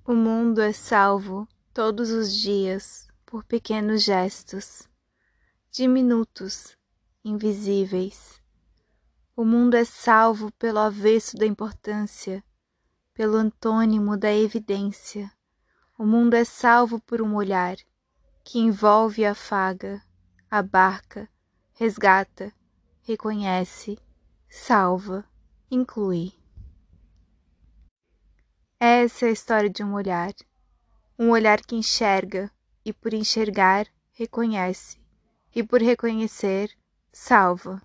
O mundo é salvo todos os dias por pequenos gestos, diminutos, invisíveis. O mundo é salvo pelo avesso da importância, pelo antônimo da evidência. O mundo é salvo por um olhar que envolve e afaga, abarca, resgata, reconhece, salva, inclui. Essa é a história de um olhar que enxerga e por enxergar reconhece, e por reconhecer salva.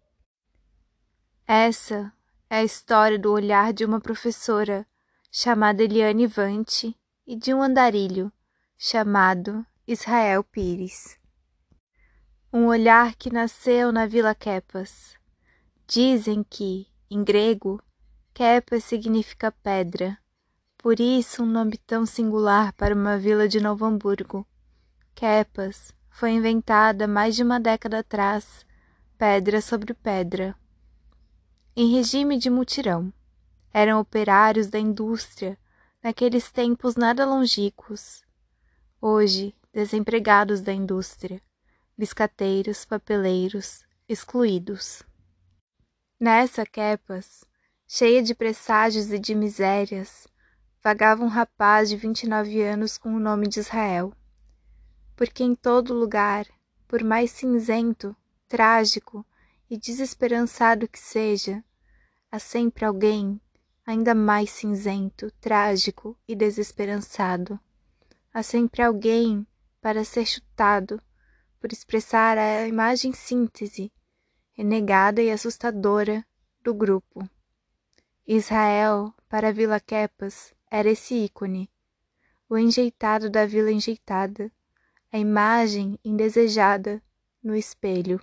Essa é a história do olhar de uma professora chamada Eliane Vante e de um andarilho chamado Israel Pires. Um olhar que nasceu na Vila Kepas. Dizem que, em grego, Kepas significa pedra. Por isso um nome tão singular para uma vila de Novo Hamburgo. Kepas foi inventada há mais de uma década atrás, pedra sobre pedra. Em regime de mutirão, eram operários da indústria, naqueles tempos nada longínquos. Hoje, desempregados da indústria, biscateiros, papeleiros, excluídos. Nessa Kepas, cheia de presságios e de misérias, vagava um rapaz de 29 anos com o nome de Israel. Porque em todo lugar, por mais cinzento, trágico e desesperançado que seja, há sempre alguém ainda mais cinzento, trágico e desesperançado. Há sempre alguém para ser chutado, por expressar a imagem síntese, renegada e assustadora, do grupo. Israel, para a Vila Kepas, era esse ícone, o enjeitado da vila enjeitada, a imagem indesejada no espelho.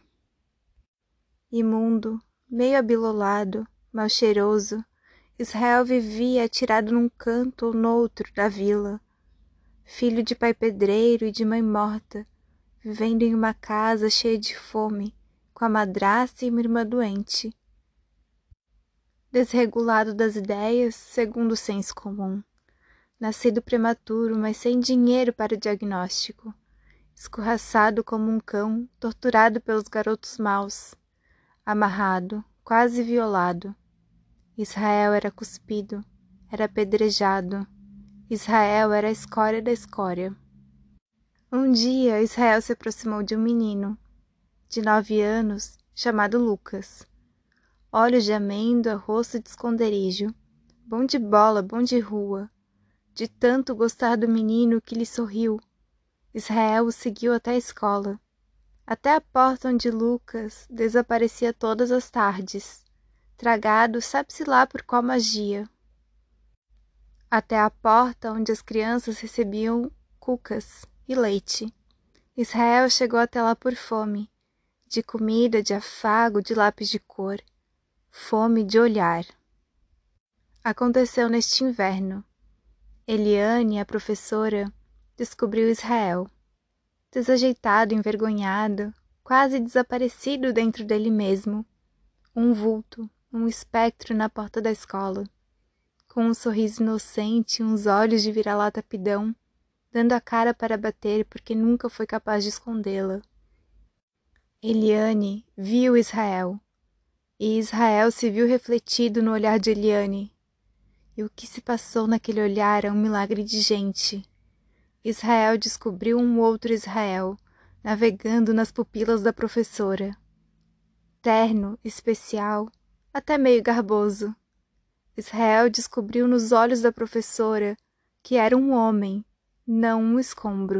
Imundo, meio abilolado, mal cheiroso, Israel vivia atirado num canto ou noutro da vila. Filho de pai pedreiro e de mãe morta, vivendo em uma casa cheia de fome, com a madrasta e uma irmã doente. Desregulado das ideias, segundo o senso comum. Nascido prematuro, mas sem dinheiro para o diagnóstico. Escorraçado como um cão, torturado pelos garotos maus. Amarrado, quase violado. Israel era cuspido, era apedrejado. Israel era a escória da escória. Um dia, Israel se aproximou de um menino, de 9 anos, chamado Lucas. Olhos de amêndoa, rosto de esconderijo, bom de bola, bom de rua. De tanto gostar do menino que lhe sorriu, Israel o seguiu até a escola, até a porta onde Lucas desaparecia todas as tardes, tragado sabe-se lá por qual magia. Até a porta onde as crianças recebiam cucas e leite. Israel chegou até lá por fome, de comida, de afago, de lápis de cor, fome de olhar. Aconteceu neste inverno. Eliane, a professora, descobriu Israel, desajeitado, envergonhado, quase desaparecido dentro dele mesmo, um vulto, um espectro na porta da escola, com um sorriso inocente e uns olhos de vira-lata pidão, dando a cara para bater porque nunca foi capaz de escondê-la. Eliane viu Israel, e Israel se viu refletido no olhar de Eliane. E o que se passou naquele olhar é um milagre de gente. Israel descobriu um outro Israel, navegando nas pupilas da professora. Terno, especial, até meio garboso. Israel descobriu nos olhos da professora que era um homem, não um escombro.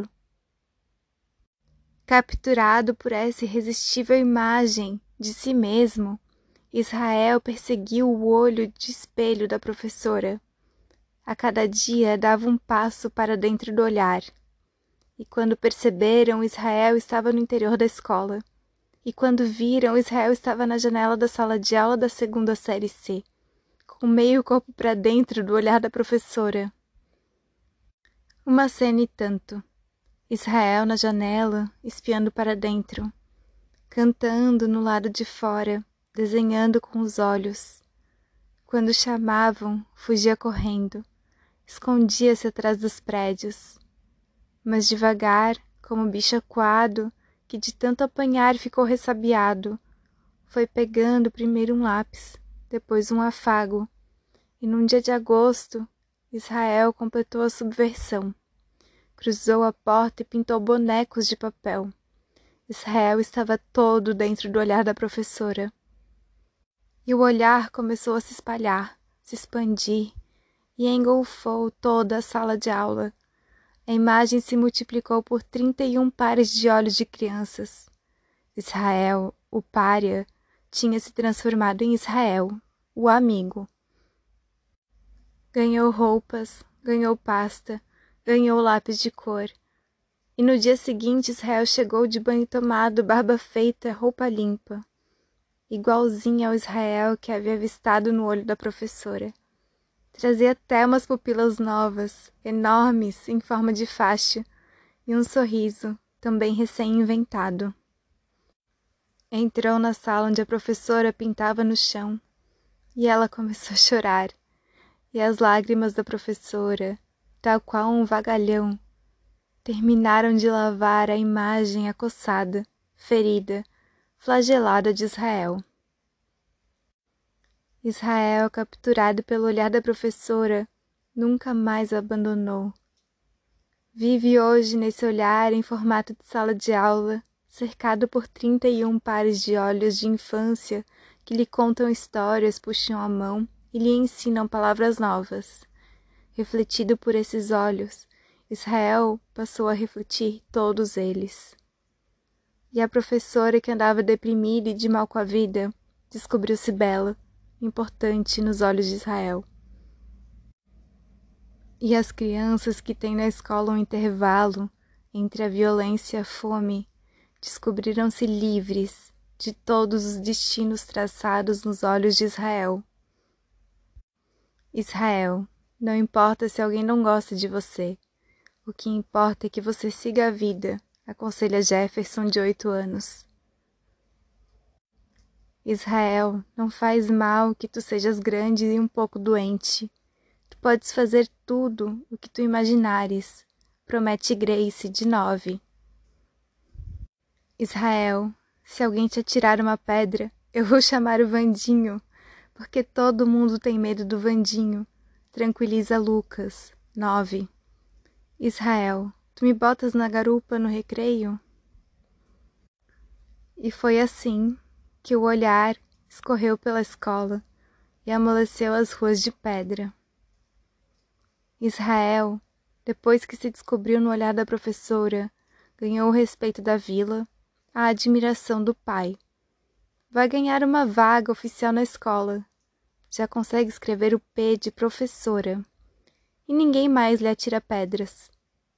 Capturado por essa irresistível imagem de si mesmo, Israel perseguiu o olho de espelho da professora. A cada dia dava um passo para dentro do olhar. E quando perceberam, Israel estava no interior da escola. E quando viram, Israel estava na janela da sala de aula da 2ª série C, com meio corpo para dentro do olhar da professora. Uma cena e tanto. Israel na janela, espiando para dentro, cantando no lado de fora, desenhando com os olhos. Quando chamavam, fugia correndo. escondia-se atrás dos prédios. Mas devagar, como bicho acuado, que de tanto apanhar ficou ressabiado, foi pegando primeiro um lápis, depois um afago, e num dia de agosto, Israel completou a subversão. Cruzou a porta e pintou bonecos de papel. Israel estava todo dentro do olhar da professora. E o olhar começou a se espalhar, se expandir, e engolfou toda a sala de aula. A imagem se multiplicou por 31 pares de olhos de crianças. Israel, o pária, tinha se transformado em Israel, o amigo. Ganhou roupas, ganhou pasta, ganhou lápis de cor. E no dia seguinte Israel chegou de banho tomado, barba feita, roupa limpa. Igualzinho ao Israel que havia avistado no olho da professora. Trazia até umas pupilas novas, enormes, em forma de faixa, e um sorriso, também recém-inventado. Entrou na sala onde a professora pintava no chão, e ela começou a chorar, e as lágrimas da professora, tal qual um vagalhão, terminaram de lavar a imagem acossada, ferida, flagelada de Israel. Israel, capturado pelo olhar da professora, nunca mais a abandonou. Vive hoje nesse olhar em formato de sala de aula, cercado por 31 pares de olhos de infância que lhe contam histórias, puxam a mão e lhe ensinam palavras novas. Refletido por esses olhos, Israel passou a refletir todos eles. E a professora que andava deprimida e de mal com a vida, descobriu-se bela, importante nos olhos de Israel. E as crianças que têm na escola um intervalo entre a violência e a fome descobriram-se livres de todos os destinos traçados nos olhos de Israel. Israel, não importa se alguém não gosta de você, o que importa é que você siga a vida, aconselha Jefferson, de 8 anos. Israel, não faz mal que tu sejas grande e um pouco doente. Tu podes fazer tudo o que tu imaginares, promete Grace, de 9. Israel, se alguém te atirar uma pedra, eu vou chamar o Vandinho, porque todo mundo tem medo do Vandinho, tranquiliza Lucas, 9. Israel, tu me botas na garupa no recreio? E foi assim que o olhar escorreu pela escola e amoleceu as ruas de pedra. Israel, depois que se descobriu no olhar da professora, ganhou o respeito da vila, a admiração do pai. Vai ganhar uma vaga oficial na escola. Já consegue escrever o P de professora. E ninguém mais lhe atira pedras.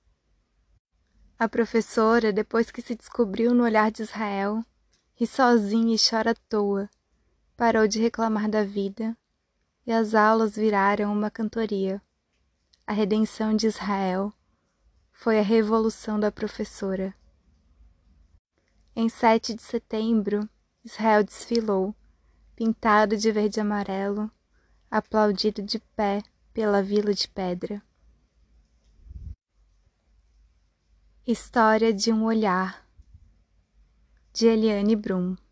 A professora, depois que se descobriu no olhar de Israel, ri sozinha e chora à toa. Parou de reclamar da vida, e as aulas viraram uma cantoria. A redenção de Israel foi a revolução da professora. Em 7 de setembro, Israel desfilou, pintado de verde e amarelo, aplaudido de pé pela Vila de Pedra. História de um olhar, de Eliane Brum.